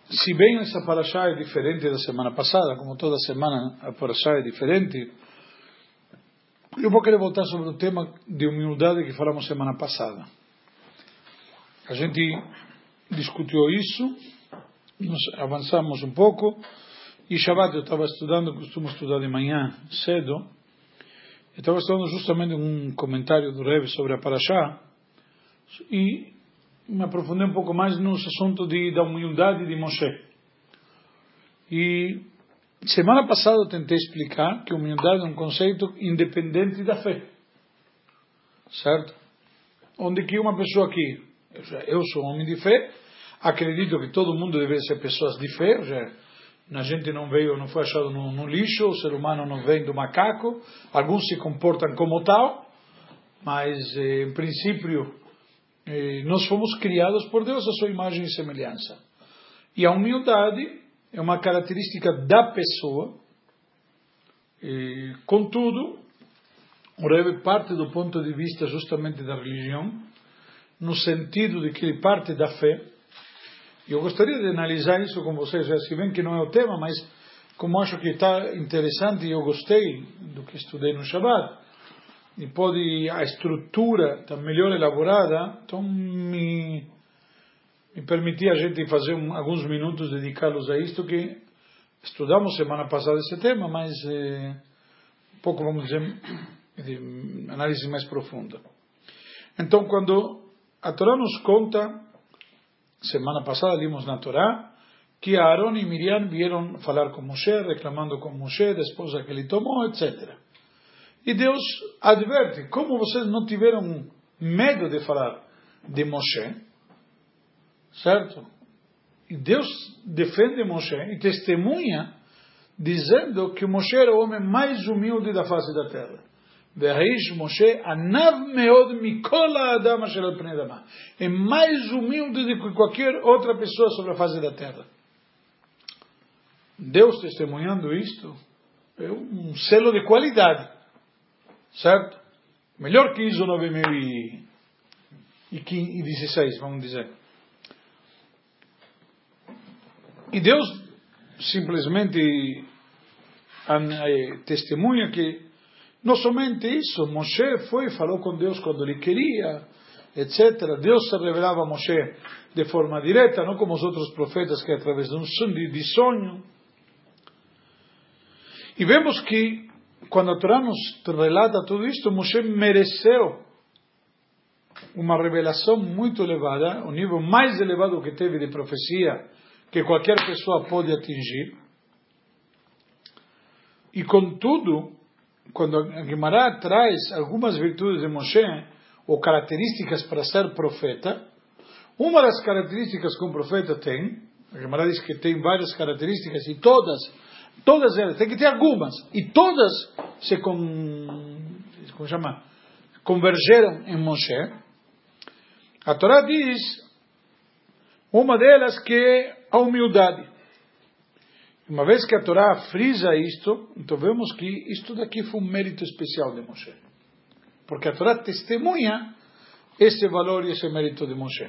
Se bem essa parashá é diferente da semana passada, como toda semana a parashá é diferente, eu vou querer voltar sobre o tema de humildade que falamos semana passada. A gente discutiu isso, nós avançamos um pouco, e Shabbat eu estava estudando, costumo estudar de manhã cedo, eu estava estudando justamente um comentário do Rebbe sobre a parashá, e me aprofundei um pouco mais no assunto da humildade de Moshe. E semana passada eu tentei explicar que humildade é um conceito independente da fé, certo? Onde que uma pessoa aqui, eu sou um homem de fé, acredito que todo mundo deve ser pessoas de fé, a gente não veio, não foi achado no lixo, o ser humano não vem do macaco, alguns se comportam como tal, mas em princípio nós fomos criados por Deus à sua imagem e semelhança. E a humildade é uma característica da pessoa. Contudo, o Rebbe parte do ponto de vista justamente da religião, no sentido de que ele parte da fé. E eu gostaria de analisar isso com vocês, se bem que não é o tema, mas como acho que está interessante e eu gostei do que estudei no Shabbat, e pode a estrutura está melhor elaborada, então me permitir a gente fazer alguns minutos dedicados a isto, que estudamos semana passada esse tema, mas um pouco, vamos dizer, de análise mais profunda. Então, quando a Torá nos conta, semana passada limos na Torá, que Aaron e Miriam vieram falar com Moshe, reclamando com Moshe da esposa que ele tomou, etc. E Deus adverte, como vocês não tiveram medo de falar de Moshe, certo? E Deus defende Moshe e testemunha, dizendo que Moshe era o homem mais humilde da face da terra. Ve'haish Moshe anav meod mikol ha'adam asher al pnei adama. É mais humilde do que qualquer outra pessoa sobre a face da terra. Deus testemunhando isto é um selo de qualidade. Certo? Melhor que ISO 9016, vamos dizer. E Deus simplesmente testemunha que não somente isso, Moshe foi e falou com Deus quando ele queria, etc. Deus se revelava a Moshe de forma direta, não como os outros profetas que através de sonho. E vemos que quando a Torá nos relata tudo isto, Moshe mereceu uma revelação muito elevada, o nível mais elevado que teve de profecia que qualquer pessoa pode atingir. E contudo, quando a Guimarães traz algumas virtudes de Moshe, ou características para ser profeta, uma das características que um profeta tem, a Guimarães diz que tem várias características, e todas elas, tem que ter algumas, e todas se convergeram em Moshe. A Torá diz, uma delas que é a humildade. Uma vez que a Torá frisa isto, então vemos que isto daqui foi um mérito especial de Moshe. Porque a Torá testemunha esse valor e esse mérito de Moshe.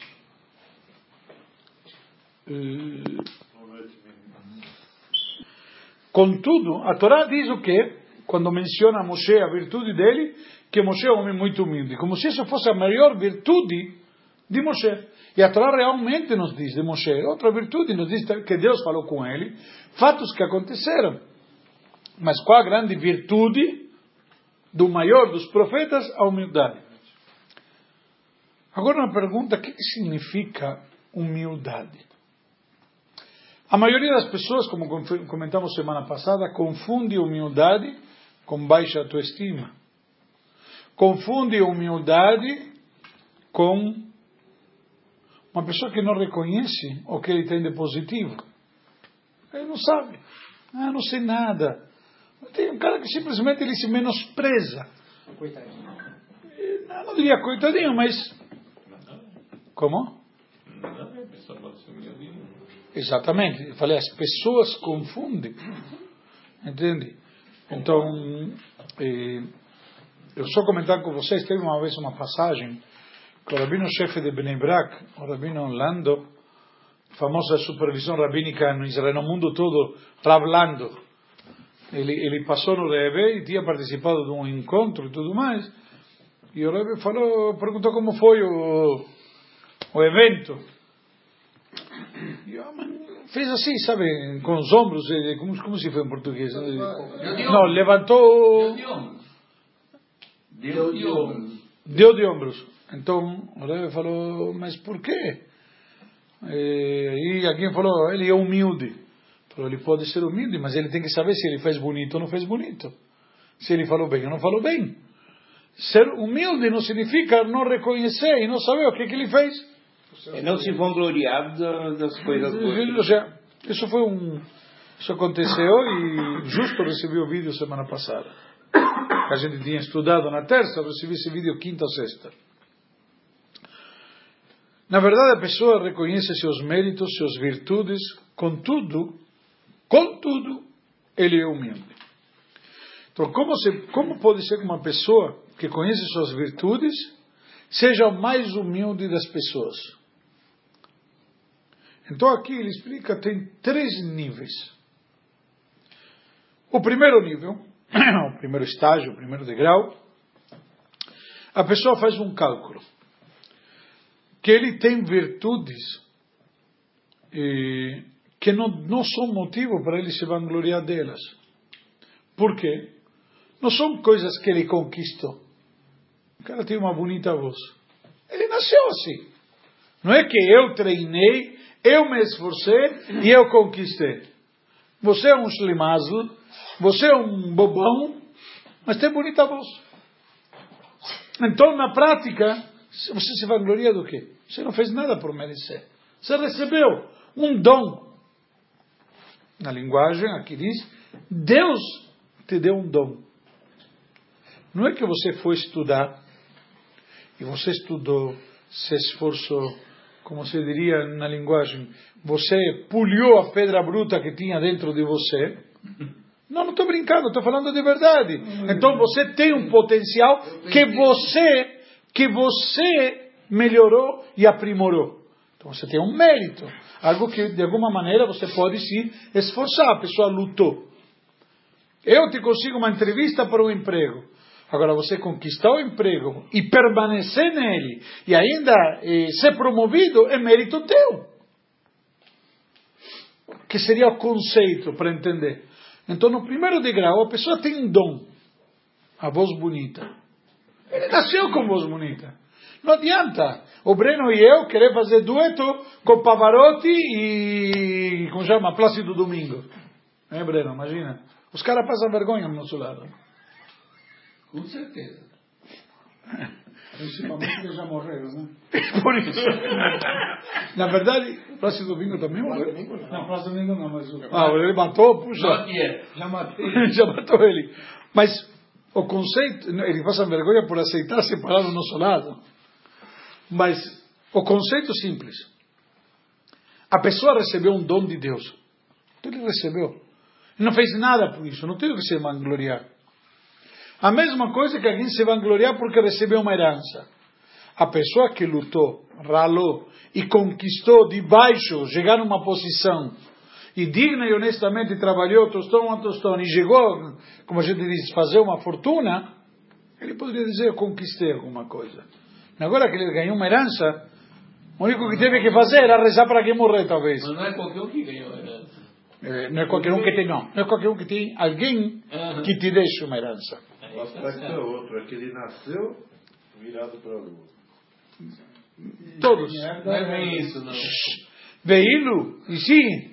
Contudo, a Torá diz o quê? Quando menciona Moshe, a virtude dele, que Moshe é um homem muito humilde. Como se isso fosse a maior virtude de Moshe. E a Torá realmente nos diz de Moshe, outra virtude, nos diz que Deus falou com ele, fatos que aconteceram. Mas qual a grande virtude do maior dos profetas? A humildade. Agora uma pergunta, o que significa humildade? A maioria das pessoas, como comentamos semana passada, confunde humildade com baixa autoestima. Confunde humildade com uma pessoa que não reconhece o que ele tem de positivo. Ele não sabe. Não sei nada. Tem um cara que simplesmente ele se menospreza. Coitadinho. Não diria coitadinho, mas... Como? Exatamente. Eu falei, as pessoas confundem. Entende? Então, eu só comentar com vocês, teve uma vez uma passagem que o rabino-chefe de Bnei Brak, o rabino Lando, famosa supervisão rabínica no Israel, no mundo todo, Rav Lando. Ele passou no Rebbe e tinha participado de um encontro e tudo mais. E o Rebbe perguntou como foi o evento. E o homem fez assim, sabe, com os ombros, como se foi em português? Não, levantou... Deu de ombros. Então, o Rebbe falou, mas por quê? E alguém falou, ele é humilde. Falou, ele pode ser humilde, mas ele tem que saber se ele fez bonito ou não fez bonito. Se ele falou bem ou não falou bem. Ser humilde não significa não reconhecer e não saber o que ele fez. E não se vangloriar das coisas boas. Ou seja, isso aconteceu e justo recebi o vídeo semana passada. A gente tinha estudado na terça, recebi esse vídeo quinta ou sexta. Na verdade, a pessoa reconhece seus méritos, suas virtudes, contudo, ele é humilde. Então, como pode ser que uma pessoa que conhece suas virtudes seja o mais humilde das pessoas? Então, aqui ele explica, tem 3 níveis. O primeiro nível, o primeiro estágio, o primeiro degrau, a pessoa faz um cálculo. Que ele tem virtudes que não são motivo para ele se vangloriar delas. Por quê? Não são coisas que ele conquistou. O cara tem uma bonita voz. Ele nasceu assim. Não é que eu treinei, eu me esforcei e eu conquistei. Você é um shlimazl, você é um bobão, mas tem bonita voz. Então, na prática, você se vangloria do quê? Você não fez nada por merecer. Você recebeu um dom. Na linguagem, aqui diz, Deus te deu um dom. Não é que você foi estudar, e você estudou, se esforçou, como se diria na linguagem, você poliu a pedra bruta que tinha dentro de você. Não estou brincando, estou falando de verdade. Então você tem um potencial que você melhorou e aprimorou. Então você tem um mérito, algo que de alguma maneira você pode se esforçar. A pessoa lutou. Eu te consigo uma entrevista para um emprego. Agora você conquistar o emprego e permanecer nele e ainda ser promovido é mérito teu. Que seria o conceito para entender. Então no primeiro degrau a pessoa tem um dom, a voz bonita. Ele nasceu com voz bonita. Não adianta. O Breno e eu querer fazer dueto com Pavarotti e, como chama, Plácido Domingo. Breno? Imagina. Os caras passam vergonha no nosso lado. Com certeza. Principalmente que já morreram, né? Por isso. Na verdade, Plácido Domingo também morreu. Não, Plácido Domingo não, mas o... Ele matou, puxa. Já matei. Já matou ele. Mas o conceito, ele passa vergonha por aceitar separar do nosso lado. Mas o conceito simples. A pessoa recebeu um dom de Deus. Então ele recebeu. Ele não fez nada por isso. Não tem o que se vangloriar. A mesma coisa que alguém se vangloriar porque recebeu uma herança. A pessoa que lutou, ralou e conquistou de baixo, chegar numa posição e digna e honestamente trabalhou tostão a tostão e chegou, como a gente diz, fazer uma fortuna, ele poderia dizer, eu conquistei alguma coisa. Agora que ele ganhou uma herança, o único que teve que fazer era rezar para quem morrer, talvez. Mas não é qualquer um que ganhou a herança. Não é qualquer um que tem, não. Não é qualquer um que tem alguém que te deixe uma herança. O aspecto é outro, é que ele nasceu virado para a lua. Todos. Não é bem isso, não. Veílo, e sim,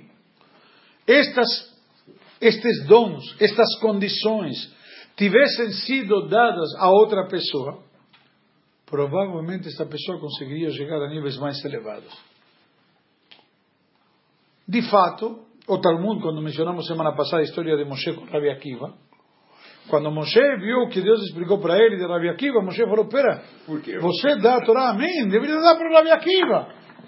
estes dons, estas condições tivessem sido dadas a outra pessoa, provavelmente esta pessoa conseguiria chegar a níveis mais elevados. De fato, o Talmud, quando mencionamos semana passada a história de Moshe com Rabi Akiva, quando Moshe viu o que Deus explicou para ele de Rabi Akiva, Moshe falou, pera, você dá a Torá a mim, deveria dar para Rabi Akiva.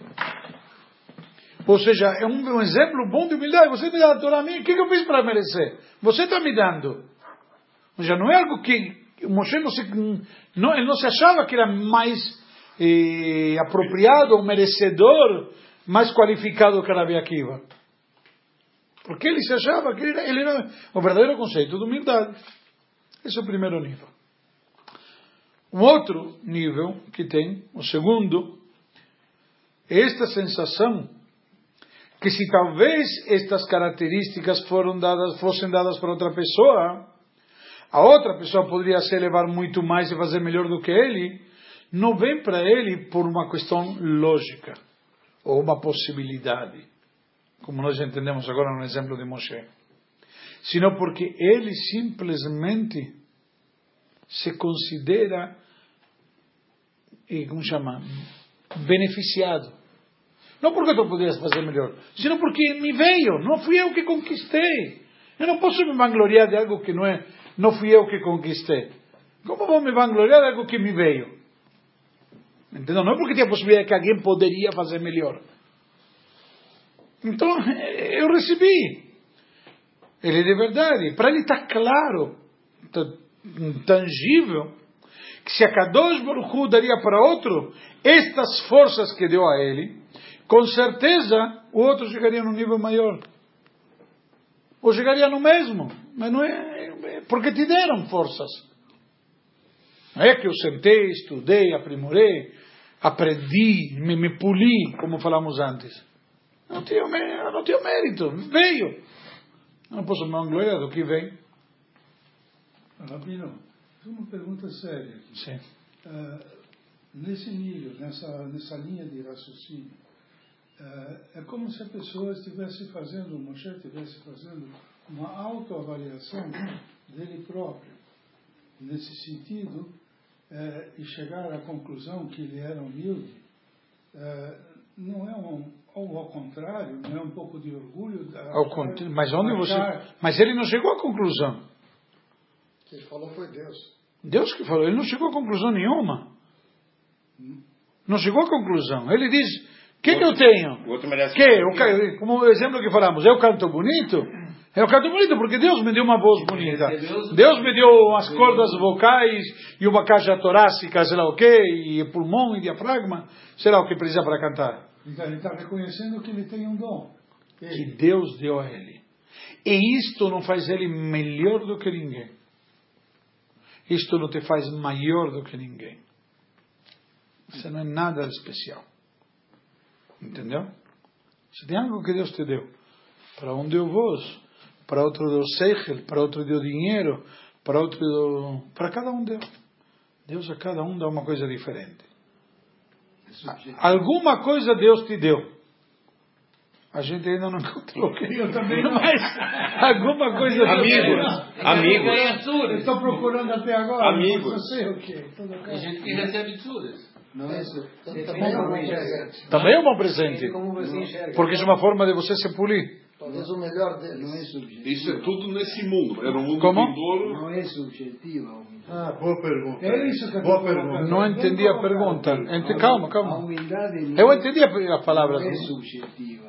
Ou seja, é um exemplo bom de humildade. Você me dá a Torá a mim, o que eu fiz para merecer? Você está me dando. Ou seja, não é algo que Moshe ele não se achava que era mais apropriado ou merecedor mais qualificado que Rabi Akiva. Porque ele se achava que ele era o verdadeiro conceito de humildade. Esse é o primeiro nível. Um outro nível que tem, o segundo, é esta sensação que se talvez estas características fossem dadas para outra pessoa, a outra pessoa poderia se elevar muito mais e fazer melhor do que ele, não vem para ele por uma questão lógica ou uma possibilidade, como nós entendemos agora no exemplo de Moshe, sino porque ele simplesmente se considera, como chama, beneficiado. Não porque tu pudesse fazer melhor, sino porque me veio, não fui eu que conquistei. Eu não posso me vangloriar de algo que não fui eu que conquistei. Como vou me vangloriar de algo que me veio? Entendeu? Não é porque tinha a possibilidade que alguém poderia fazer melhor. Então, eu recebi. Ele de verdade. Para ele está claro, tangível, que se a Kadosh Baruch Hu daria para outro estas forças que deu a ele, com certeza o outro chegaria num nível maior. Ou chegaria no mesmo. Mas não é porque te deram forças. Não é que eu sentei, estudei, aprimorei, aprendi, me poli, como falamos antes. Não tenho mérito. Veio. Não posso me vangloriar do que vem. Rabino, uma pergunta séria aqui. Sim. Nesse nível, nessa linha de raciocínio, é como se a pessoa estivesse fazendo, o Moshe estivesse fazendo uma autoavaliação dele próprio. Nesse sentido, e chegar à conclusão que ele era humilde, não é ou ao contrário, não é um pouco de orgulho? Mas ele não chegou à conclusão. Quem falou foi Deus. Deus que falou, ele não chegou a conclusão nenhuma. Não chegou a conclusão. Ele diz, o que eu tenho? Como o exemplo que falamos, eu canto bonito? Eu canto bonito porque Deus me deu uma voz bonita. Deus me deu as cordas vocais e uma caixa torácica, sei lá o quê, e pulmão e diafragma, sei lá o que precisa para cantar. Então ele está reconhecendo que ele tem um dom. Que Deus deu a ele. E isto não faz ele melhor do que ninguém. Isto não te faz maior do que ninguém. Isso não é nada especial. Entendeu? Se tem algo que Deus te deu, para um deu voz, para outro deu seichel, para outro deu dinheiro, para outro deu... Para cada um deu. Deus a cada um dá uma coisa diferente. Alguma coisa Deus te deu. A gente ainda não encontrou. Eu também não. Mas alguma coisa Amigos. Eu estou procurando até agora. Amigos. Não sei o quê. Tem gente que recebe tsuras. Não é isso. Também é um bom presente. Também é um bom presente. Como você enxerga. Porque é uma forma de você se polir. Talvez o melhor deles. Não é subjetivo. Isso é tudo nesse mundo. É no mundo Como? vindouro. Não é subjetiva a humildade. Boa pergunta. É isso que eu Boa estou pergunta. Não entendi a pergunta. Calma, A calma. humildade não, Eu entendi a palavra. não é subjetiva.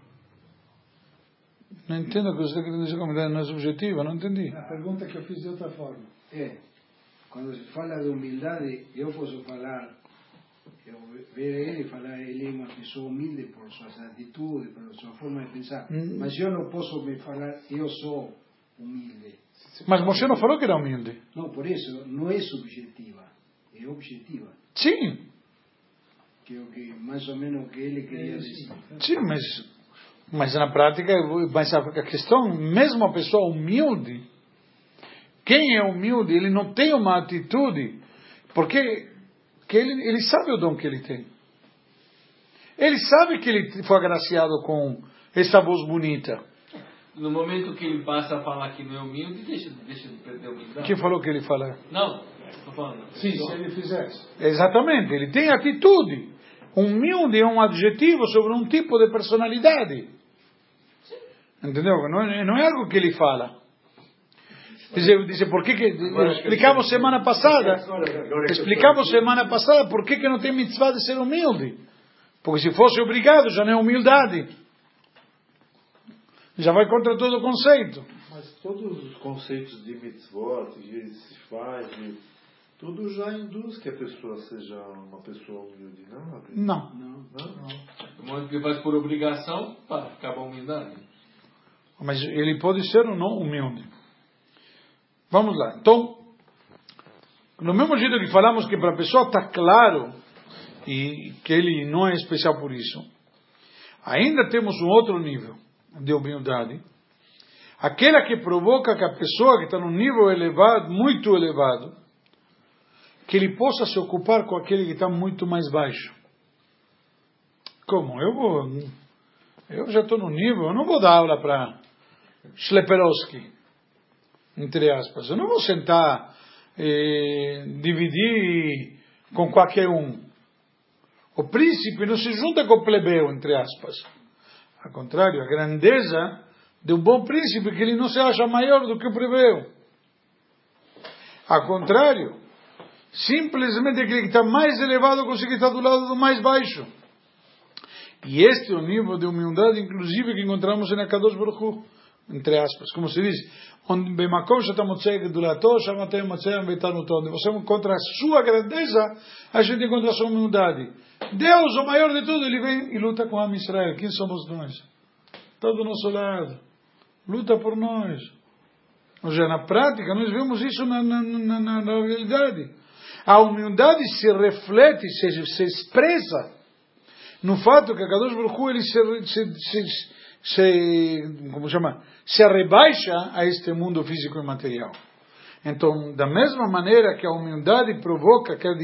Não entendo o que você quer dizer como não é subjetiva. Não entendi. A pergunta que eu fiz de outra forma. Quando se fala de humildade, eu posso falar, eu ver ele e falar, ele é uma pessoa humilde por suas atitudes, por sua forma de pensar. Mas eu não posso me falar, eu sou humilde. Mas Moshe não falou que era humilde. Não, por isso, não é subjetiva, é objetiva. Sim, Que é o que, mais ou menos o que ele queria dizer. sim, mas na prática, mas a questão, mesmo a pessoa humilde, quem é humilde, ele não tem uma atitude, porque que ele sabe o dom que ele tem. Ele sabe que ele foi agraciado com essa voz bonita. No momento que ele passa a falar que não é humilde, deixa de perder a humildade. Quem falou que ele fala? Não, estou falando. Sim, se ele fizesse. Exatamente, ele tem atitude. Humilde é um adjetivo sobre um tipo de personalidade. Entendeu? Não é algo que ele fala. Diz, por que explicamos semana passada por que não tem mitzvah de ser humilde. Porque se fosse obrigado, já não é humildade. Já vai contra todo o conceito. Mas todos os conceitos de mitzvot, de se faz, Tudo já induz que a pessoa seja uma pessoa humilde, não? Não. No momento que faz por obrigação, pá, acaba a humildade. Mas ele pode ser ou não humilde. Vamos lá. Então, no mesmo jeito que falamos que para a pessoa está claro e que ele não é especial por isso, ainda temos um outro nível de humildade. Aquela que provoca que a pessoa que está num nível elevado, muito elevado, que ele possa se ocupar com aquele que está muito mais baixo. Como? Eu já estou no nível, eu não vou dar aula para Schleperowski, entre aspas. Eu não vou sentar dividir com qualquer um. O príncipe não se junta com o plebeu, entre aspas. Ao contrário, a grandeza de um bom príncipe é que ele não se acha maior do que o plebeu. Ao contrário, simplesmente aquele que está mais elevado consegue estar do lado do mais baixo. E este é o nível de humildade, inclusive, que encontramos em Akadosh Baruch Hu, entre aspas, como se diz, onde você encontra a sua grandeza, a gente encontra a sua humildade. Deus, o maior de tudo, ele vem e luta com a Israel. Quem somos nós? Está do nosso lado. Luta por nós. Ou seja, na prática, nós vemos isso na realidade. A humildade se reflete, se expressa no fato que a Kadosh Baruch Hu, ele se rebaixa a este mundo físico e material. Então, da mesma maneira que a humildade provoca que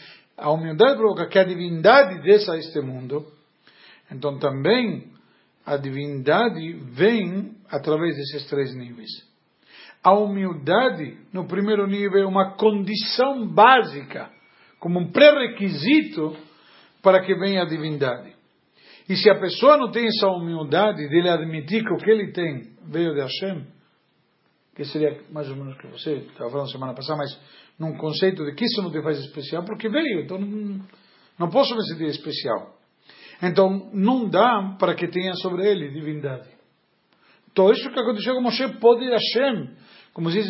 a divindade desça a este mundo, então também a divindade vem através desses três níveis. A humildade, no primeiro nível, é uma condição básica, como um pré-requisito para que venha a divindade. E se a pessoa não tem essa humildade de ele admitir que o que ele tem veio de Hashem, que seria mais ou menos o que você estava falando semana passada, mas num conceito de que isso não te faz especial, porque veio, então não posso me sentir especial. Então não dá para que tenha sobre ele divindade. Então isso que aconteceu com Moshe pode Hashem, como diz,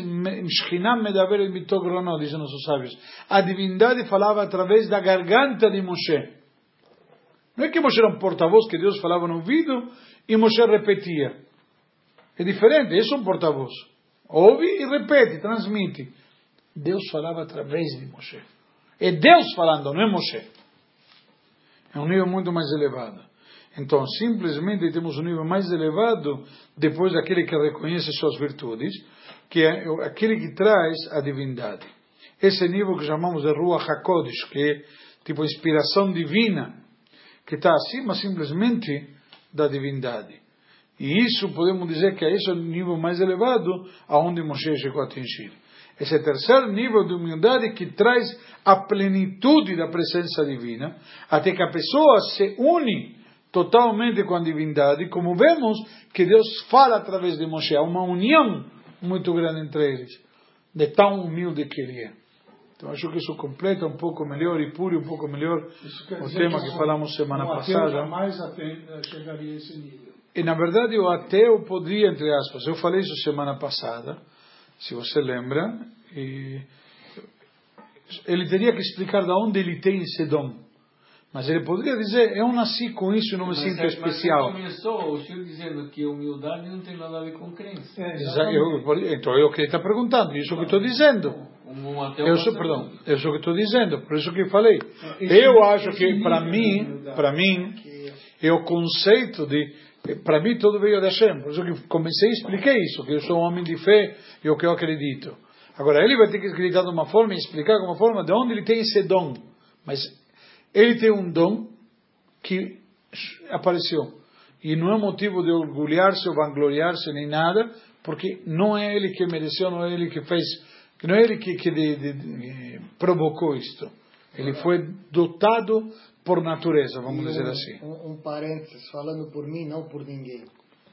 dizem nossos sábios, a divindade falava através da garganta de Moshe. Não é que Moshe era um porta-voz que Deus falava no ouvido e Moshe repetia. É diferente, esse é um porta-voz. Ouve e repete, transmite. Deus falava através de Moshe. É Deus falando, não é Moshe. É um nível muito mais elevado. Então, simplesmente temos um nível mais elevado depois daquele que reconhece suas virtudes, que é aquele que traz a divindade. Esse nível que chamamos de Ruach HaKodesh, que é tipo inspiração divina, que está acima simplesmente da divindade. E isso podemos dizer que esse é o nível mais elevado aonde Moshe chegou a atingir. Esse terceiro nível de humildade que traz a plenitude da presença divina, até que a pessoa se une totalmente com a divindade, como vemos que Deus fala através de Moshe. Há uma união muito grande entre eles, de tão humilde que ele é. Então acho que isso completa um pouco melhor e pura um pouco melhor o tema que falamos semana passada. Jamais chegaria a esse nível. E na verdade o ateu poderia, entre aspas, eu falei isso semana passada, se você lembra, ele teria que explicar de onde ele tem esse dom. Mas ele poderia dizer, eu nasci com isso e não me sinto especial. Mas começou o senhor dizendo que humildade não tem nada a ver com crença. Então é o que ele está perguntando, isso que eu estou dizendo. Eu sou que estou dizendo, por isso que eu falei. Eu acho que para mim, é o conceito de, para mim tudo veio de Hashem. Por isso que comecei e expliquei isso, que eu sou um homem de fé e o que eu acredito. Agora ele vai ter que acreditar de uma forma e explicar de uma forma de onde ele tem esse dom. Mas ele tem um dom que apareceu. E não é motivo de orgulhar-se ou vangloriar-se nem nada, porque não é ele que mereceu, não é ele que fez, não é ele que provocou isto. Ele foi dotado por natureza, vamos dizer assim. Um parênteses, falando por mim, não por ninguém.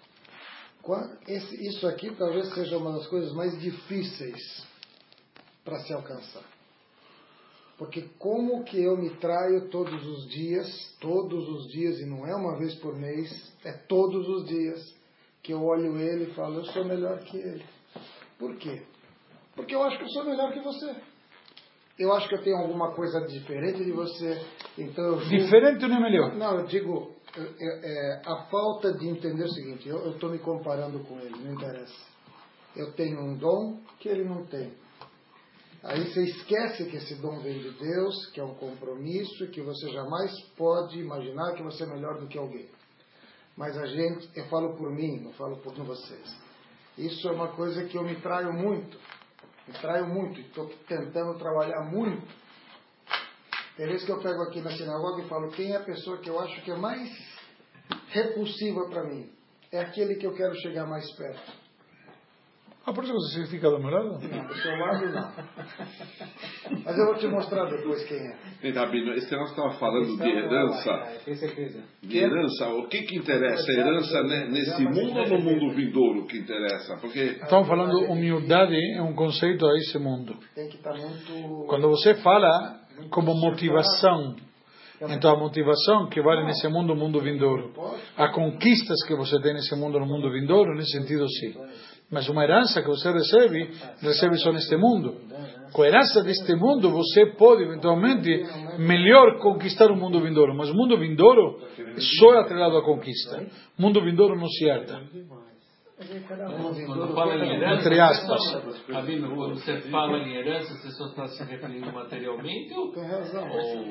Isso aqui talvez seja uma das coisas mais difíceis para se alcançar. Porque como que eu me traio todos os dias, e não é uma vez por mês, é todos os dias, que eu olho ele e falo, eu sou melhor que ele. Por quê? Porque eu acho que eu sou melhor que você. eu acho que eu tenho alguma coisa diferente de você, então eu julgo... Diferente não é melhor. Não, eu digo, a falta de entender o seguinte, eu estou me comparando com ele, não interessa. Eu tenho um dom que ele não tem. Aí você esquece que esse dom vem de Deus, que é um compromisso, e que você jamais pode imaginar que você é melhor do que alguém. Mas eu falo por mim, não falo por vocês. Isso é uma coisa que eu me traio muito, e estou tentando trabalhar muito. Tem vezes que eu pego aqui na sinagoga e falo, quem é a pessoa que eu acho que é mais repulsiva para mim? É aquele que eu quero chegar mais perto. Por isso você fica do meu lado? Não, do seu lado não. Mas eu vou te mostrar depois quem é. Bem, Rabino, esse negócio estava falando de herança. Tem certeza. De herança, o que interessa? A herança nesse mundo ou no mundo vindouro que interessa? Porque Estamos falando, humildade é um conceito a esse mundo. Tem que estar muito... Quando você fala como motivação, então a motivação que vale nesse mundo, o mundo vindouro. Há conquistas que você tem nesse mundo, no mundo vindouro, nesse sentido sim. Mas uma herança que você recebe só neste mundo. Com a herança deste mundo, você pode eventualmente melhor conquistar o mundo vindouro. Mas o mundo vindouro só é atrelado à conquista. O mundo vindouro não se herda. Quando fala em herança, entre aspas. Rabino, quando você fala em herança, você só está se referindo materialmente ou... Tem razão.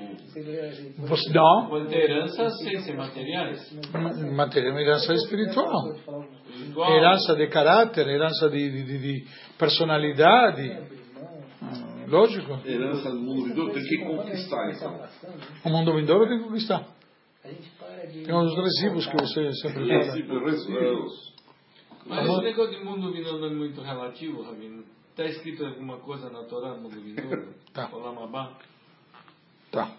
Você não? Quando tem herança, sem ser materiais? Herança espiritual. Herança de caráter, herança de personalidade. Lógico. herança no mundo vindouro tem que conquistar, então. O mundo vindouro tem que conquistar. Tem os recibos que você sempre fala. Mas esse negócio de mundo vindouro é muito relativo, Rabino. Está escrito alguma coisa na Torá, mundo vindouro? Tá. Olam Haba? Tá.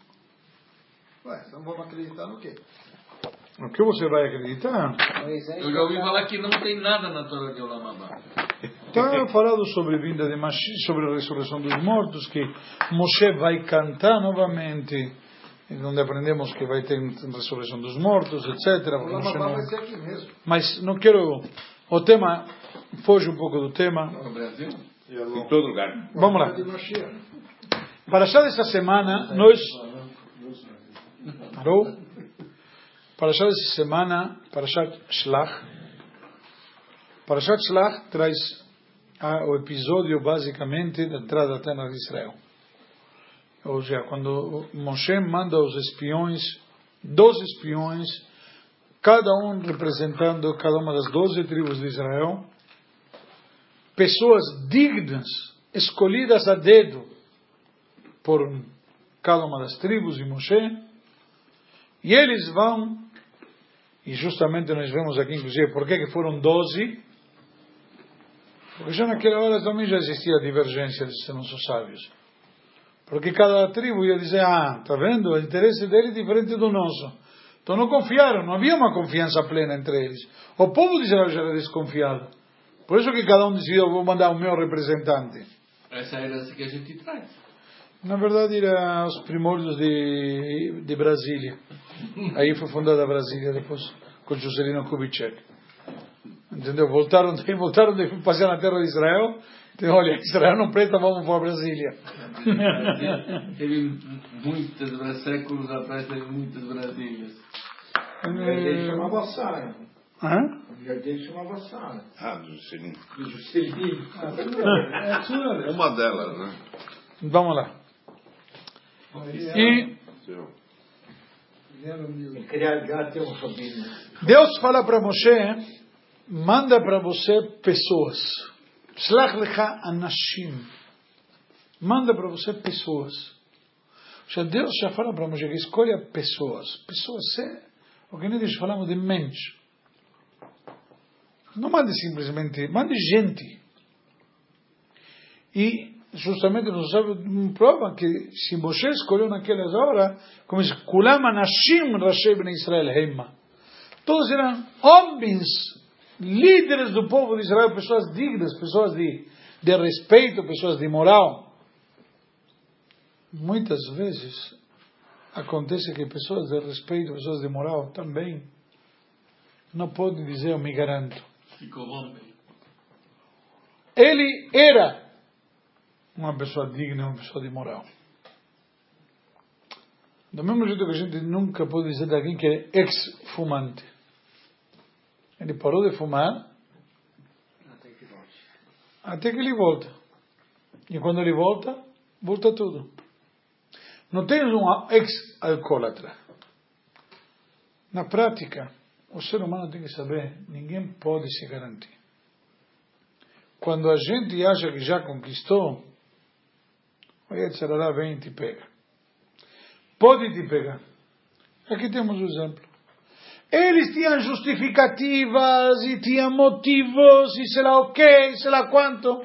Ué, então vamos acreditar no quê? O que você vai acreditar? Eu já ouvi falar que não tem nada na Torá de Olam Haba. Está falado sobre a vinda de Mashiach, sobre a ressurreição dos mortos, que Moshe vai cantar novamente, onde aprendemos que vai ter ressurreição dos mortos, etc. Vai ser aqui mesmo. Mas não quero... O tema foge um pouco do tema. No Brasil? Em todo lugar. Vamos lá. Para achar dessa semana, nós... Parou? Para achar dessa semana, Parashat Shlach. Parashat Shlach traz o episódio, basicamente, da entrada da terra de Israel. Ou seja, quando Moshe manda os espiões, 12 espiões, cada um representando cada uma das 12 tribos de Israel, pessoas dignas, escolhidas a dedo por cada uma das tribos de Moshe, e eles vão, e justamente nós vemos aqui, inclusive, por que foram 12? Porque já naquela hora também já existia divergência desses nossos sábios. Porque cada tribo ia dizer, está vendo, o interesse dele é diferente do nosso. Então não confiaram, não havia uma confiança plena entre eles. O povo de Israel já era desconfiado. Por isso que cada um decidiu, vou mandar o meu representante. Essa é a herança que a gente traz. Na verdade, era os primórdios de Brasília. Aí foi fundada Brasília depois, com Juscelino Kubitschek. Entendeu? Voltaram de passear na terra de Israel. Então, olha, Israel não presta, vamos para Brasília. Teve muitas, séculos atrás, teve muitas Brasílias. Ele chamava Sara. Hã? O jardim chamava Sara. Do Juscelino. Do Juscelino. Uma delas, né? Vamos lá. E Criar gato é um rabino. Deus fala para Moshe, manda para você pessoas. Shlach lecha anashim. Manda para você pessoas. Ou seja, Deus já fala para Moshe que escolha pessoas. Pessoas, o que nós falamos de mente. Não mande simplesmente, mande gente. E justamente nos prova que se Moshe escolheu naquelas horas, como diz, Kulam anashim rashei bnei Israel heima. Todos eram homens, líderes do povo de Israel, pessoas dignas, pessoas de respeito, pessoas de moral. Muitas vezes acontece que pessoas de respeito, pessoas de moral também não podem dizer eu me garanto. Se corrompem. Ele era uma pessoa digna, uma pessoa de moral. Do mesmo jeito que a gente nunca pode dizer de alguém que é ex-fumante. Ele parou de fumar até que ele volta. E quando ele volta, volta tudo. Não temos um ex-alcoólatra. Na prática, o ser humano tem que saber, ninguém pode se garantir. Quando a gente acha que já conquistou, o Yetzirah vem e te pega. Pode te pegar. Aqui temos o exemplo. Eles tinham justificativas e tinham motivos e sei lá o que, sei lá quanto.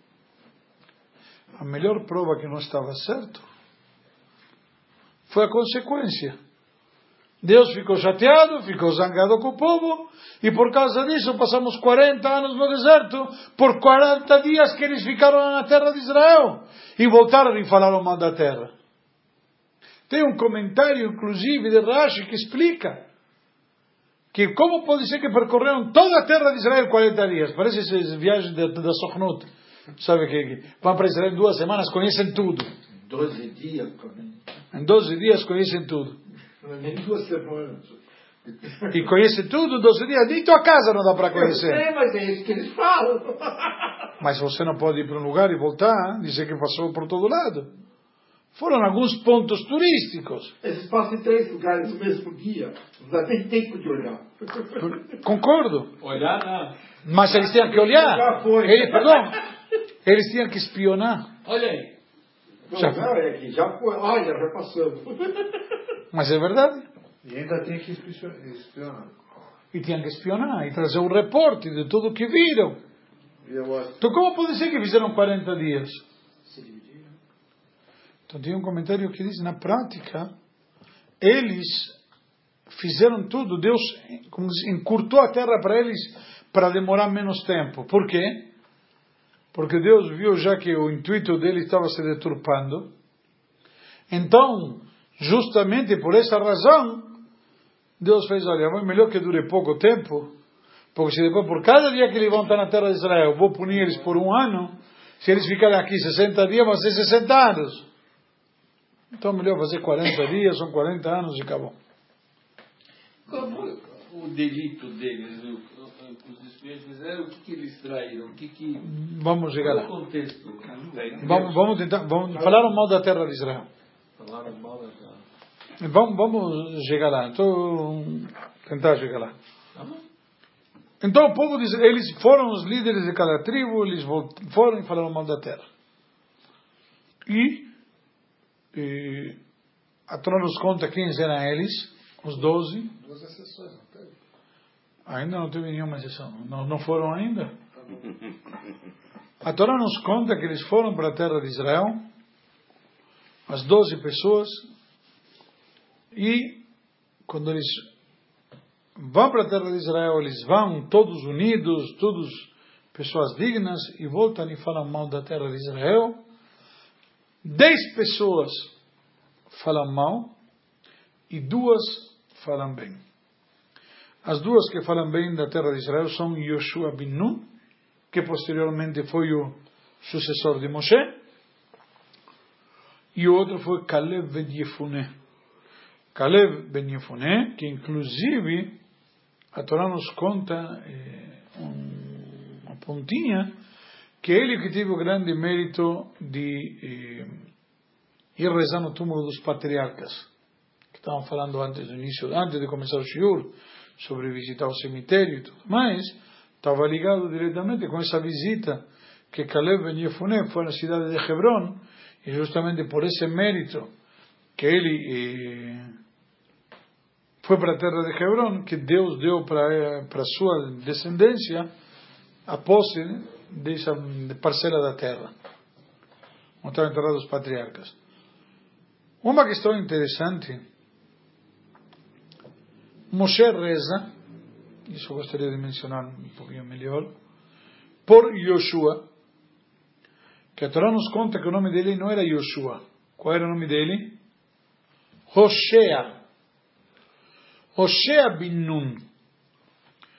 A melhor prova que não estava certo foi a consequência. Deus ficou chateado, ficou zangado com o povo, e por causa disso passamos 40 anos no deserto, por 40 dias que eles ficaram na terra de Israel, e voltaram e falaram mal da terra. Tem um comentário, inclusive, de Rashi, que explica que como pode ser que percorreram toda a terra de Israel 40 dias. Parece essas viagens da Sochnut. Sabe que vão para Israel em 2 semanas, conhecem tudo. 12 dias. Em 12 dias conhecem tudo. Nem 2 semanas. E conhece tudo, 12 dias. Nem tua casa não dá para conhecer. Eu sei, mas é isso que eles falam. Mas você não pode ir para um lugar e voltar, dizer que passou por todo lado. Foram alguns pontos turísticos. Eles passam em 3 lugares no mesmo dia. Não dá nem tempo de olhar. Concordo. Olhar não. Mas eles tinham que olhar. Já foi. Eles tinham que espionar. Olha aí. Já é que já foi. Olha, já passamos. Mas é verdade. E ainda tem que espionar. E tinham que espionar e trazer um reporte de tudo o que viram. Então como pode ser que fizeram 40 dias? Então tem um comentário que diz, na prática, eles fizeram tudo, Deus encurtou a terra para eles para demorar menos tempo. Por quê? Porque Deus viu já que o intuito deles estava se deturpando. Então, justamente por essa razão, Deus fez, olha, é melhor que dure pouco tempo, porque se depois, por cada dia que eles vão estar na terra de Israel, vou punir eles por 1 ano, se eles ficarem aqui 60 dias, vão ser 60 anos. Então, melhor fazer 40 dias, são 40 anos e acabou. Qual foi o delito deles? Os espiões fizeram? O que eles traíram? Vamos chegar lá. Qual o contexto? Vamos falar mal da terra de Israel. Falaram mal da terra. Vamos chegar lá. Então, tentar chegar lá. Então o povo diz, eles foram os líderes de cada tribo, eles foram e falaram mal da terra. E a Torá nos conta quem eram eles, os 12. 2 exceções, não teve? Ainda não teve nenhuma exceção. Não foram ainda. A Torá nos conta que eles foram para a terra de Israel, as 12 pessoas, e quando eles vão para a terra de Israel, eles vão todos unidos, todos pessoas dignas, e voltam e falam mal da terra de Israel. 10 pessoas falam mal e 2 falam bem. As 2 que falam bem da terra de Israel são Yoshua bin Nun, que posteriormente foi o sucessor de Moshe, e o outro foi Caleb ben Yefuné. Caleb ben Yefuné, que inclusive a Torá nos conta uma pontinha, que ele que teve o grande mérito de ir rezar no túmulo dos patriarcas, que estavam falando antes de começar o shiur, sobre visitar o cemitério e tudo mais, estava ligado diretamente com essa visita que Caleb ben Yefuné foi na cidade de Hebron, e justamente por esse mérito que ele foi para a terra de Hebron, que Deus deu para sua descendência a posse dessa parcela da terra, onde estavam enterrados os patriarcas. Uma questão interessante, Moshe reza, isso eu gostaria de mencionar um pouquinho melhor, por Yoshua, que a Torá nos conta que o nome dele não era Yoshua. Qual era o nome dele? Hoshea. Hoshea bin Nun.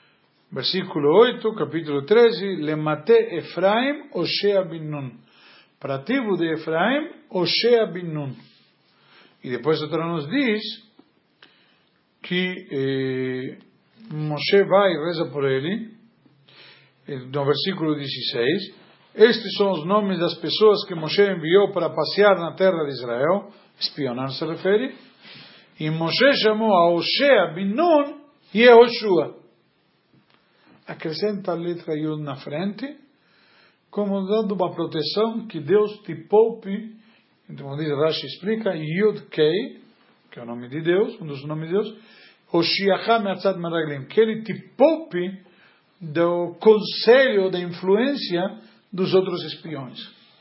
Versículo 8, capítulo 13, Lemate Efraim, Hoshea bin Nun. Para a tribo de Efraim, Hoshea bin Nun. E depois a Torá nos diz que Moshe vai e reza por ele, no versículo 16, estes são os nomes das pessoas que Moshe enviou para passear na terra de Israel, espionar se refere, e Moshe chamou a Hoshea bin Nun e Yehoshua. Acrescenta a letra Yud na frente, como dando uma proteção que Deus te poupe, então diz Rashi explica, Yud Kei, que é o nome de Deus, um dos nomes de Deus, Hoshiacha me'atzad meraglim, que ele te poupe do conselho, da influência dos outros espiões.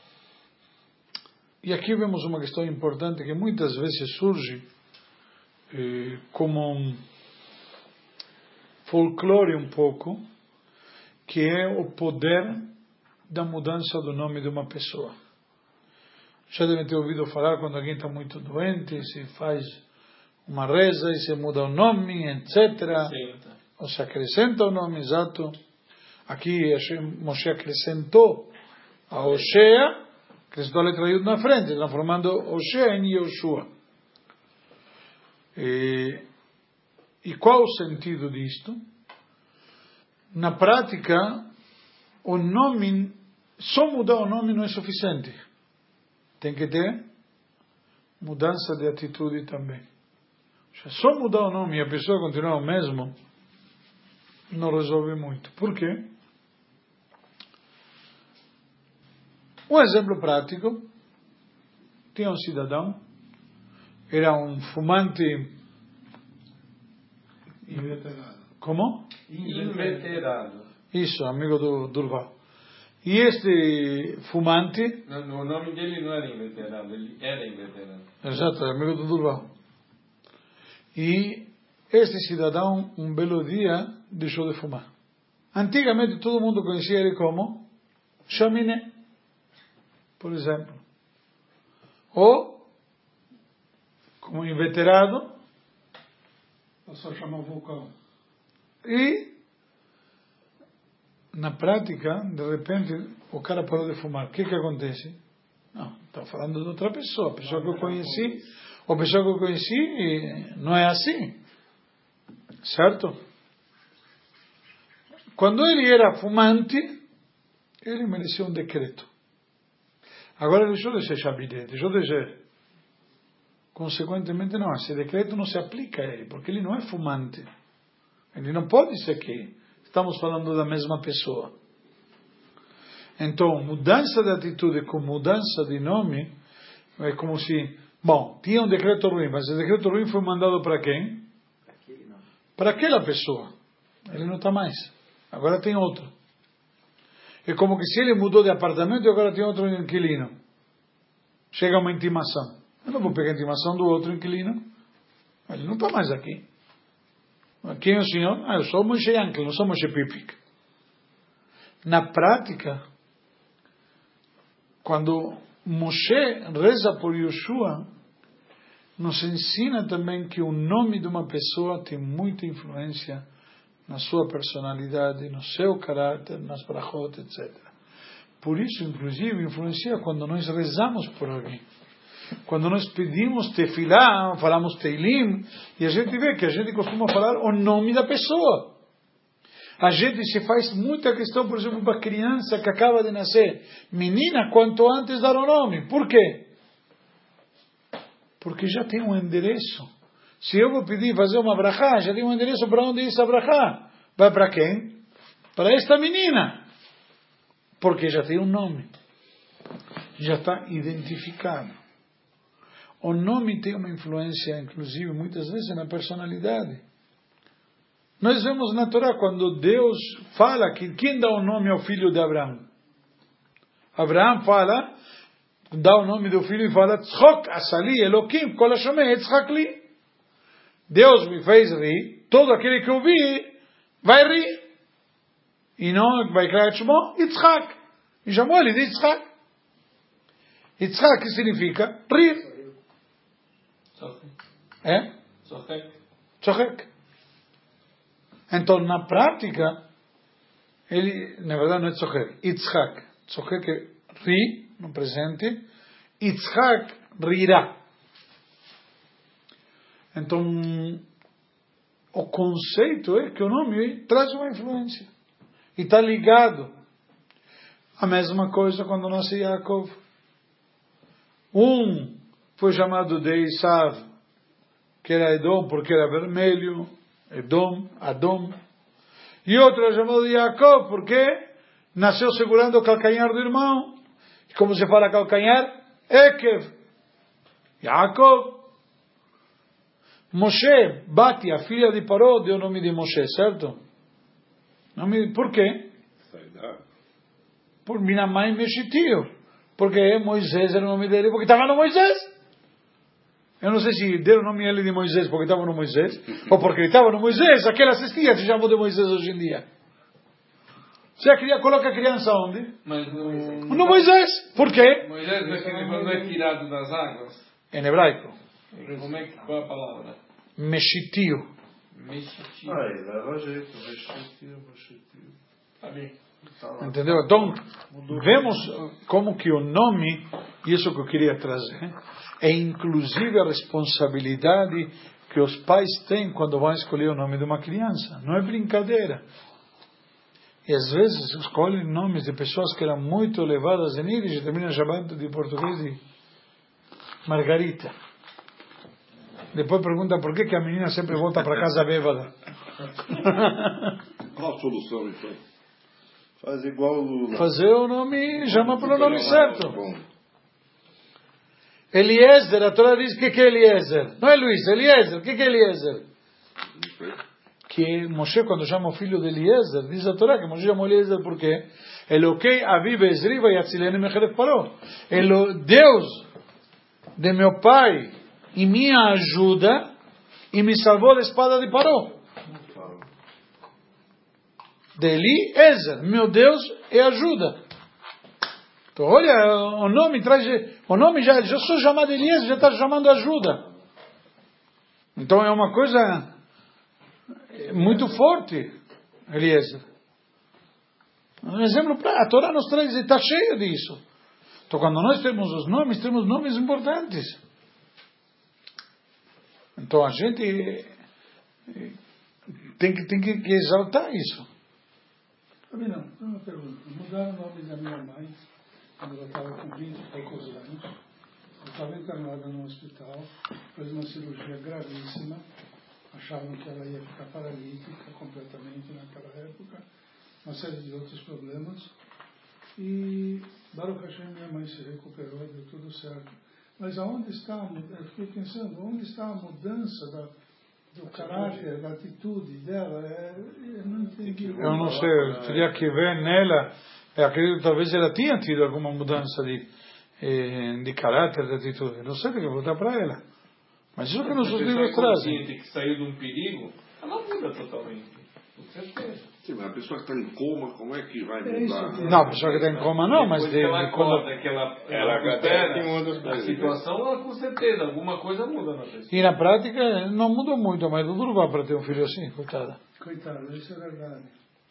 E aqui vemos uma questão importante que muitas vezes surge como um folclore um pouco, que é o poder da mudança do nome de uma pessoa. Já devem ter ouvido falar quando alguém está muito doente, se faz uma reza e se muda o nome, etc. Ou se acrescenta o nome exato. Aqui Moshe acrescentou a Hoshea, acrescentou a letra Yud na frente, transformando Hoshea em Yehoshua. E qual o sentido disto? Na prática, o nome, só mudar o nome não é suficiente. Tem que ter mudança de atitude também. Só mudar o nome e a pessoa continuar o mesmo, não resolve muito. Por quê? Um exemplo prático. Tinha um cidadão, era um fumante... Inveterado. Como? Inveterado. Isso, amigo do Durval. E este fumante... Não, o nome dele não era inveterado, ele era inveterado. Exato, amigo do Durval. E este cidadão, um belo dia, deixou de fumar. Antigamente todo mundo conhecia ele como chaminé, por exemplo. Ou, como inveterado, Eu só chamo vulcão. e, na prática, de repente, o cara parou de fumar. O que acontece? Não, está falando de outra pessoa. A pessoa que eu conheci, ou a pessoa que eu conheci, não é assim. Certo? Quando ele era fumante, ele mereceu um decreto. Agora deixou de ser Shabidé, deixou de ser. Consequentemente, não, esse decreto não se aplica a ele, porque ele não é fumante. Ele não pode ser que estamos falando da mesma pessoa. Então, mudança de atitude com mudança de nome é como se, bom, tinha um decreto ruim, mas esse decreto ruim foi mandado para quem? Para aquela pessoa. Ele não está mais. Agora tem outro. É como que se ele mudou de apartamento e agora tem outro inquilino. Chega uma intimação. Eu não vou pegar a intimação do outro inquilino. Ele não está mais aqui. Quem é o senhor? Eu sou Moshe Yankel, não sou Moshe Pipik. Na prática, quando Moshe reza por Yoshua, nos ensina também que o nome de uma pessoa tem muita influência na sua personalidade, no seu caráter, nas brachot, etc. Por isso, inclusive, influencia quando nós rezamos por alguém. Quando nós pedimos tefilá, falamos teilim, e a gente vê que a gente costuma falar o nome da pessoa. A gente se faz muita questão, por exemplo, para a criança que acaba de nascer. Menina, quanto antes dar o nome. Por quê? Porque já tem um endereço. Se eu vou pedir fazer uma brachá, já tem um endereço para onde ir essa brachá. Vai para quem? Para esta menina. Porque já tem um nome. Já está identificado. O nome tem uma influência, inclusive, muitas vezes na personalidade. Nós vemos na Torá, quando Deus fala que quem dá o nome ao filho de Abraão? Abraão fala, dá o nome do filho e fala, Tzchok asali Elokim kol hashomeh Tzchak li. Deus me fez rir, todo aquele que eu vi vai rir. E não vai criar Shmo, Yitzhak. E chamou ele de Yitzhak. Yitzhak, que significa rir. É? Tzchok. Então, na prática, ele, na verdade, não é Tzchok. Yitzhak. Tzchok é rir, no presente, Yitzhak rirá. Então, o conceito é que o nome traz uma influência. E está ligado. A mesma coisa quando nasce Yaakov. Um foi chamado de Esav, que era Edom porque era vermelho, Adom. E outro é chamado de Yaakov porque nasceu segurando o calcanhar do irmão. E como se fala calcanhar? Ekev. Yaakov. Moshe, Bati, a filha de Paró, deu o nome de Moshe, certo? Por quê? Por minha mãe Meshitio. Porque Moisés era o nome dele, porque estava no Moisés. Eu não sei se deram o nome ele de Moisés porque estava no Moisés, ou porque ele estava no Moisés, aquela cestinha se chamou de Moisés hoje em dia. Você coloca a criança onde? No Moisés. Por quê? Moisés não é tirado das águas? Em hebraico. Qual é a palavra? Meshitio. Leva jeito. Meshitio. Ali. Entendeu? Então, vemos como que o nome, isso que eu queria trazer, é inclusive a responsabilidade que os pais têm quando vão escolher o nome de uma criança. Não é brincadeira. E às vezes escolhem nomes de pessoas que eram muito elevadas em Yiddish e terminam chamando de português de Margarita. Depois pergunta por que a menina sempre volta para casa bêbada. Qual a solução, então? Faz igual o Lula. Fazer o nome, chama pelo nome certo. Eliezer, a Torá diz que é Eliezer. Não é Luís, Eliezer. O que é Eliezer? Que Moshe, quando chama o filho de Eliezer, diz a Torá que Moshe chamou Eliezer por quê? Elokei aviv ezri vayatzileni mechelef Paró. Deus de meu pai e minha ajuda e me salvou da espada de Paró. De Eliezer, meu Deus é ajuda. Então, olha, o nome traz, o nome já sou chamado Eliezer, já está chamando ajuda. Então é uma coisa muito forte, Eliezer. Um exemplo, a Torá nos traz, está cheio disso. Então quando nós temos os nomes, temos nomes importantes. Então a gente tem que exaltar isso. Não, uma pergunta. Mudaram o nome da minha mãe quando ela estava com 20 e poucos anos. Ela estava internada no hospital, fez uma cirurgia gravíssima. Achavam que ela ia ficar paralítica completamente naquela época. Uma série de outros problemas. E Baruch Hashem, minha mãe se recuperou, deu tudo certo. Mas aonde está, eu fiquei pensando, onde está a mudança do caráter, da atitude dela? Eu não entendi. Eu não sei, eu teria que ver nela. Eu acredito que talvez ela tinha tido alguma mudança de caráter, de atitude. Eu não sei, tem que voltar para ela. Mas isso que nossos livros trazem. Que saiu de um perigo, ela muda totalmente. Com certeza. Sim, mas a pessoa que está em coma, como é que vai mudar? Não, a pessoa que está em coma não, mas depois que ela acorda, que ela recupera a situação, ela com certeza, alguma coisa muda na pessoa. E na prática não mudou muito, mas o duro vai para ter um filho assim, coitada. Coitada, isso é verdade.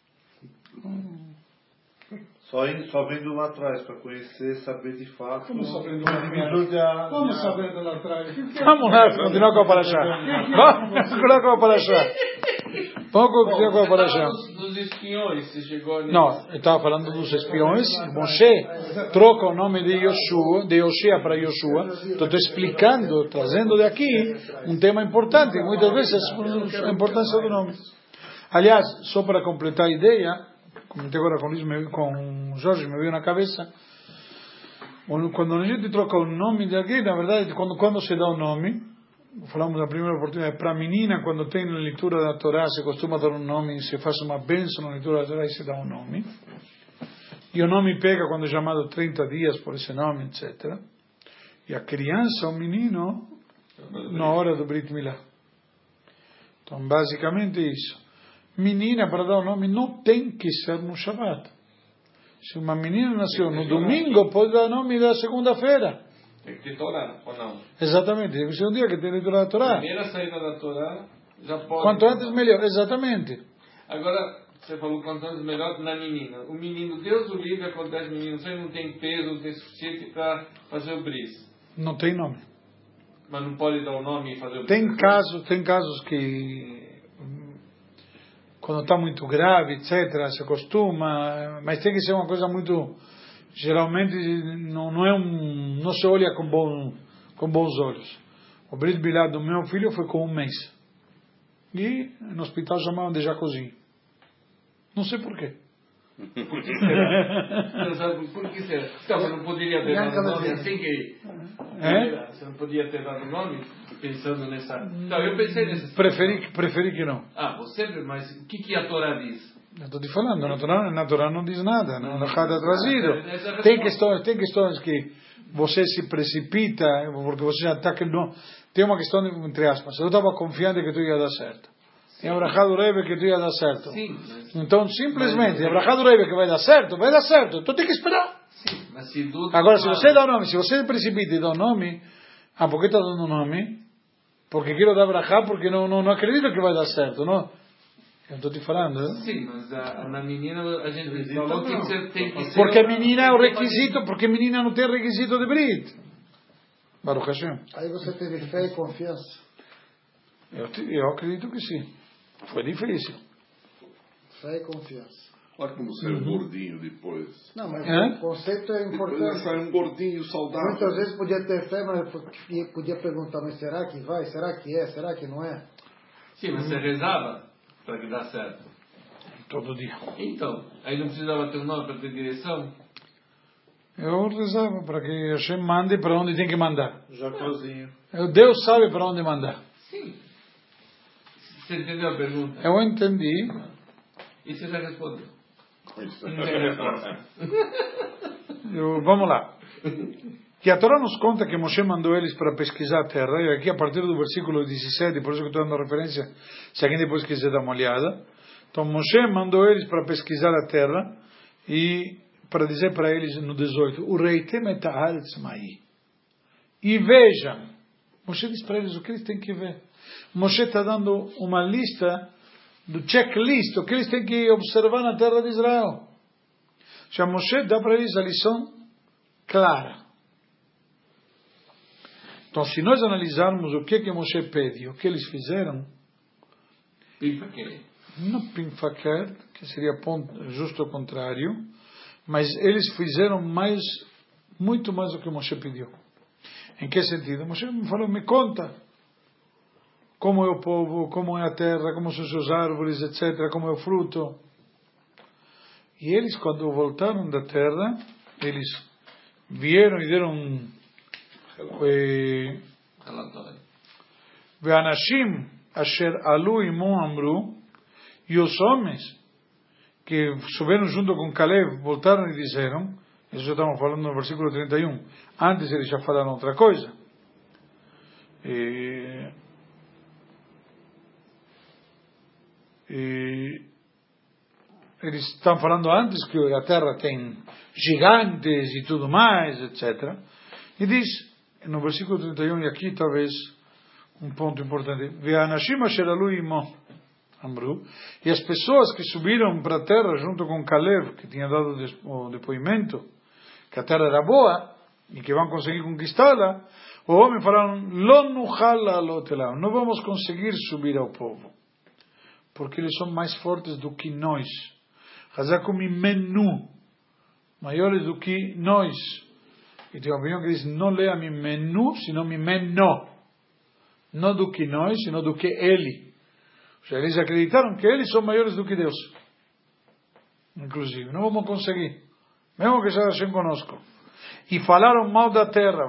Só vendo lá atrás para conhecer, saber de fato. Como sabendo lá atrás? Como sabendo lá atrás? Vamos lá, continuar com a Parashá. Vamos continuar com a Parashá. Vamos continuar com a Parashá. Dos espiões, você chegou nisso. Não, eu estava falando dos espiões. Moshe troca o nome de Yoshua para Yoshua. Então estou explicando, trazendo de aqui um tema importante. Muitas vezes a importância do nome. Aliás, só para completar a ideia, comentei agora com o Jorge, me veio na cabeça. Quando a gente troca o nome de alguém, na verdade, quando se dá o nome, falamos na primeira oportunidade, para a menina, quando tem a leitura da Torá, se costuma dar um nome, se faz uma bênção na leitura da Torá e se dá um nome. E o nome pega quando é chamado 30 dias por esse nome, etc. E a criança, o menino, na hora do Brit Milá. Então, basicamente isso. Menina, para dar o nome, não tem que ser no Shabbat. Se uma menina nasceu no domingo, pode dar o nome da segunda-feira. Tem que ter Torá, ou não? Exatamente, tem que ser um dia que tem leitura da Torá. Primeira saída da Torá, já pode. Quanto antes, melhor, exatamente. Agora, você falou quantos anos melhor que na menina. O menino, Deus o livre, acontece menino, você não tem peso, não tem suficiente para fazer o bris. Não tem nome. Mas não pode dar o nome e fazer o bris? Tem casos que quando está muito grave, etc., se acostuma, mas tem que ser uma coisa muito, geralmente não se olha com bons olhos. O brit milá do meu filho foi com 1 mês. E no hospital chamavam de Jacozinho. Não sei porquê. Por que será? Não sabe por que será? Então, você não poderia ter dado nome assim que... Você não podia ter dado nome pensando nessa... Então, eu pensei nessa... Preferi que não. Você, mas o que a Torá diz? Eu estou te falando, na Torá não diz nada, não está trazido. Tem questões que você se precipita, porque você já está... Tem uma questão, entre aspas, eu estava confiante que tu ia dar certo. E a brachá do Rebbe que tu ia dar certo. Sim, então, simplesmente, a brachá do Rebbe que vai dar certo. Então tem que esperar. Sim, mas se agora, se você dá o nome, se você precipita e dá o nome, por que está dando o nome? Porque quero dar brachá, porque não acredito que vai dar certo, não? Eu estou te falando. Sim, mas na menina a gente falou que você tem que ser... Porque a menina é o requisito, porque a menina não tem requisito de Brit. Baruch Hashem. Aí você teve fé e confiança? Eu acredito que sim. Foi difícil. Fé e confiança. Olha como saiu gordinho depois. Não, mas o conceito é importante. Depois saiu um gordinho saudável. Muitas vezes podia ter fé, mas podia perguntar, mas será que vai? Será que é? Será que não é? Sim, mas você rezava para que dá certo. Todo dia. Então, aí não precisava ter um nome para ter direção? Eu rezava para que Hashem mande para onde tem que mandar. Jacozinho. Deus sabe para onde mandar. Sim. Você entendeu a pergunta? Eu entendi. E você já respondeu? Vamos lá. Que a Torá nos conta que Moshe mandou eles para pesquisar a terra, e aqui a partir do versículo 17, por isso que estou dando referência, se alguém depois quiser dar uma olhada. Então Moshe mandou eles para pesquisar a terra, e para dizer para eles no 18, o rei e vejam. Moshe diz para eles o que eles têm que ver. Moshe está dando uma lista do checklist, o que eles têm que observar na terra de Israel. Já Moshe dá para eles a lição clara. Então, se nós analisarmos o que Moshe pede, o que eles fizeram, não pinfaquer, que seria justo ao contrário, mas eles fizeram muito mais do que Moshe pediu. Em que sentido? Moshe me falou, me conta como é o povo, como é a terra, como são seus árvores, etc., como é o fruto. E eles, quando voltaram da terra, eles vieram e deram Ve'anashim asher alu imo amru, e os homens que subiram junto com Caleb voltaram e disseram, isso já estamos falando no versículo 31, antes eles já falaram outra coisa. Eles estão falando antes que a terra tem gigantes e tudo mais, etc. E diz, no versículo 31, e aqui talvez um ponto importante, Ve'anashim asher alu imo amru, e as pessoas que subiram para a terra junto com Caleb, que tinha dado o depoimento, que a terra era boa, e que vão conseguir conquistá-la, o homem falaram, não vamos conseguir subir ao povo, porque eles são mais fortes do que nós, maiores do que nós. E tem uma opinião que diz, não leia mimenu, sino mimeno, não do que nós, sino do que ele. Ou seja, eles acreditaram que eles são maiores do que Deus, inclusive, não vamos conseguir, mesmo que seja Hashem conosco. E falaram mal da terra,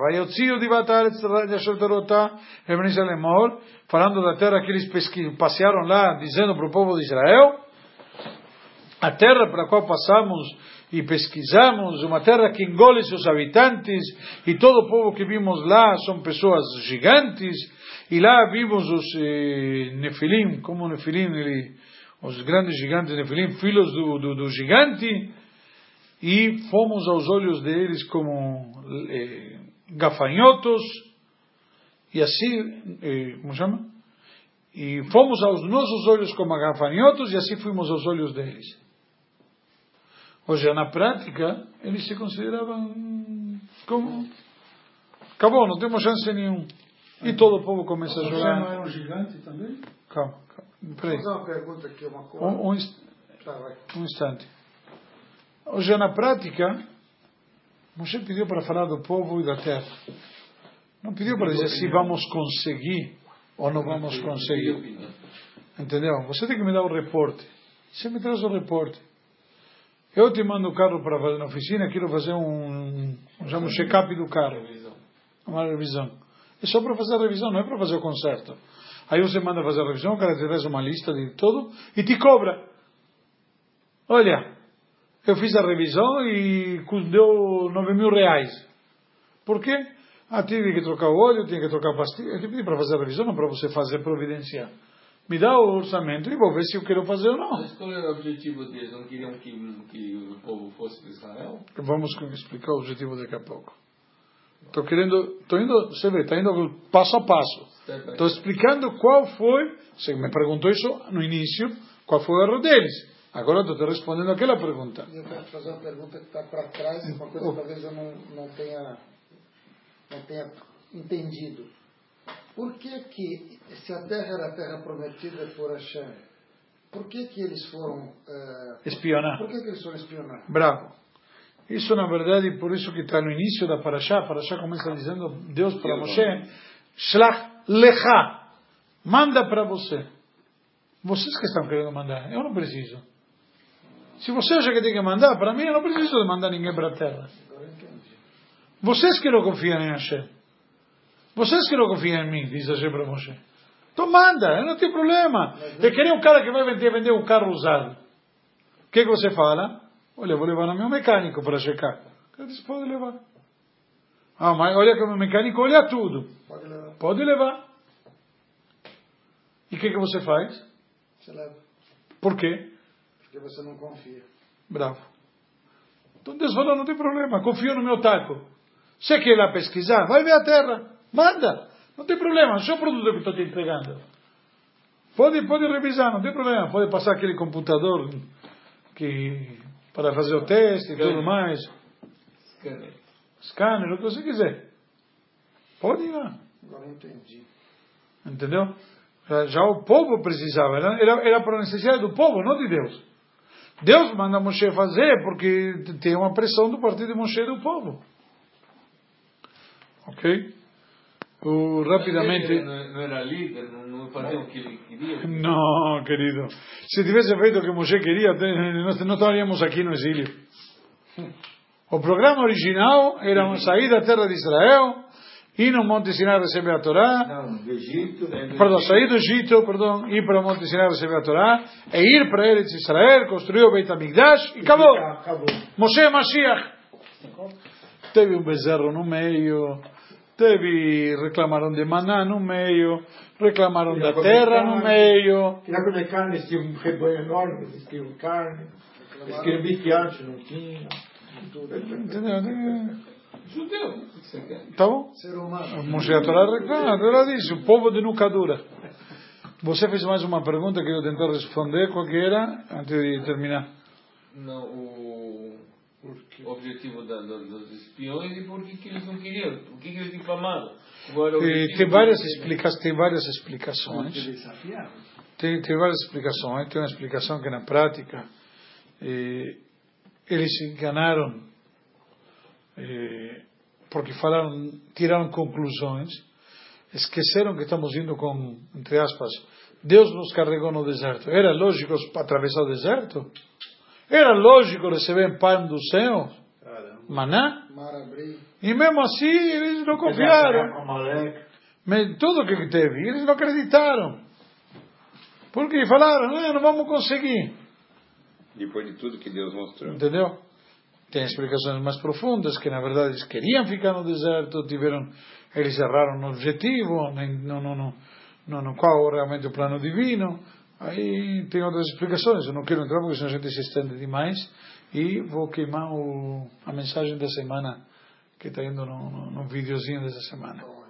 falando da terra que eles passearam lá, dizendo para o povo de Israel, a terra para a qual passamos e pesquisamos, uma terra que engole seus habitantes, e todo o povo que vimos lá são pessoas gigantes, e lá vimos os Nefilim, como Nefilim, os grandes gigantes Nefilim, filhos do gigante, e fomos aos olhos deles como gafanhotos, e assim, como chama? E fomos aos nossos olhos como gafanhotos e assim fomos aos olhos deles. Ou seja, na prática, eles se consideravam como... Acabou, não temos chance nenhuma. E todo o povo começa a José jogar. não era um gigante também? Calma. Peraí. Vou fazer uma pergunta aqui, uma coisa. Tá, vai. Um instante. Hoje, na prática, Moshe pediu para falar do povo e da terra. Não pediu para dizer se vamos conseguir ou não vamos conseguir. Entendeu? Você tem que me dar o reporte. Você me traz o reporte. Eu te mando o carro para fazer na oficina, quero fazer um check-up do carro. Uma revisão. É só para fazer a revisão, não é para fazer o conserto. Aí você manda fazer a revisão, o cara te traz uma lista de tudo e te cobra. Olha, eu fiz a revisão e deu 9.000 reais. Por quê? Tive que trocar o óleo, tinha que trocar a pastilha. Eu te pedi para fazer a revisão, não para você fazer providenciar. Me dá o orçamento e vou ver se eu quero fazer ou não. Mas qual era o objetivo deles? Não queriam que o povo fosse de Israel? Vamos explicar o objetivo daqui a pouco. Você vê, está indo passo a passo. Estou explicando qual foi, você me perguntou isso no início, qual foi o erro deles. Agora estou te respondendo aquela pergunta. Eu quero fazer uma pergunta que está para trás, uma coisa que talvez eu não tenha entendido. Por que se a terra era a terra prometida por Hashem, por que eles foram espionar? Por que eles foram espionar? Bravo. Isso, na verdade, por isso que está no início da Parashá. A Parashá começa dizendo, Deus para Moshe, Shlach lecha, manda para você. Vocês que estão querendo mandar, eu não preciso. Se você acha que tem que mandar, para mim eu não preciso de mandar ninguém para a terra. Vocês que não confiam em Hashem. Vocês que não confiam em mim, diz Hashem para Moshe. Então manda, eu não tenho problema. Eu queria um cara que vai vender um carro usado. O que você fala? Olha, vou levar no meu mecânico para checar. O cara disse, pode levar. Ah, mas olha que o meu mecânico olha tudo. Pode levar. E o que você faz? Você leva. Por quê? Porque você não confia. Bravo. Então Deus falou, não tem problema, confio no meu taco. Você quer ir lá pesquisar? Vai ver a terra. Manda. Não tem problema, é o seu produto que estou te entregando. Pode revisar, não tem problema. Pode passar aquele computador para fazer o teste e tudo mais. Scanner, o que você quiser. Pode ir lá. Agora eu entendi. Entendeu? Já o povo precisava. Era para a necessidade do povo, não de Deus. Deus manda Moshe fazer porque tem uma pressão do partido de Moshe do povo. Ok? Rapidamente. Não era líder, não fazia o que ele queria. Não, querido. Se tivesse feito o que Moshe queria, não estaríamos aqui no exílio. O programa original era sair da terra de Israel, ir no Monte Sinai receber a Torá. Não, do Egito. Sair do Egito, ir para o Monte Sinai receber a Torá, e ir para Eretz Israel, construir o Beit HaMikdash, e acabou. Moshe Mashiach. Teve um bezerro no meio. Reclamaram de maná no meio, reclamaram da terra no meio. Queria comer carne, eles tinham um rebanho enorme, eles queriam carne, eles queriam bife antes, não tinha. Entendeu? Judeu, o que você quer? Tá bom? Ser humano. Moshe a Torá reclama, ela disse, o povo de nuca dura. Você fez mais uma pergunta que eu tentar responder, qual que era, antes de terminar? Não, o objetivo dos espiões e por que eles não queriam, por que eles difamaram. Tem várias explicações. Tem várias explicações. Tem uma explicação que na prática eles se enganaram porque tiraram conclusões, esqueceram que estamos indo com, entre aspas, Deus nos carregou no deserto. Era lógico atravessar o deserto? Era lógico receber pão do céu? Maná? E mesmo assim eles não confiaram. Mas tudo que teve, eles não acreditaram. Porque falaram, não vamos conseguir. Depois de tudo que Deus mostrou. Entendeu? Tem explicações mais profundas, que na verdade eles queriam ficar no deserto, eles erraram no objetivo, no qual realmente o plano divino. Aí tem outras explicações, eu não quero entrar porque senão a gente se estende demais, e vou queimar a mensagem da semana que está indo no videozinho dessa semana.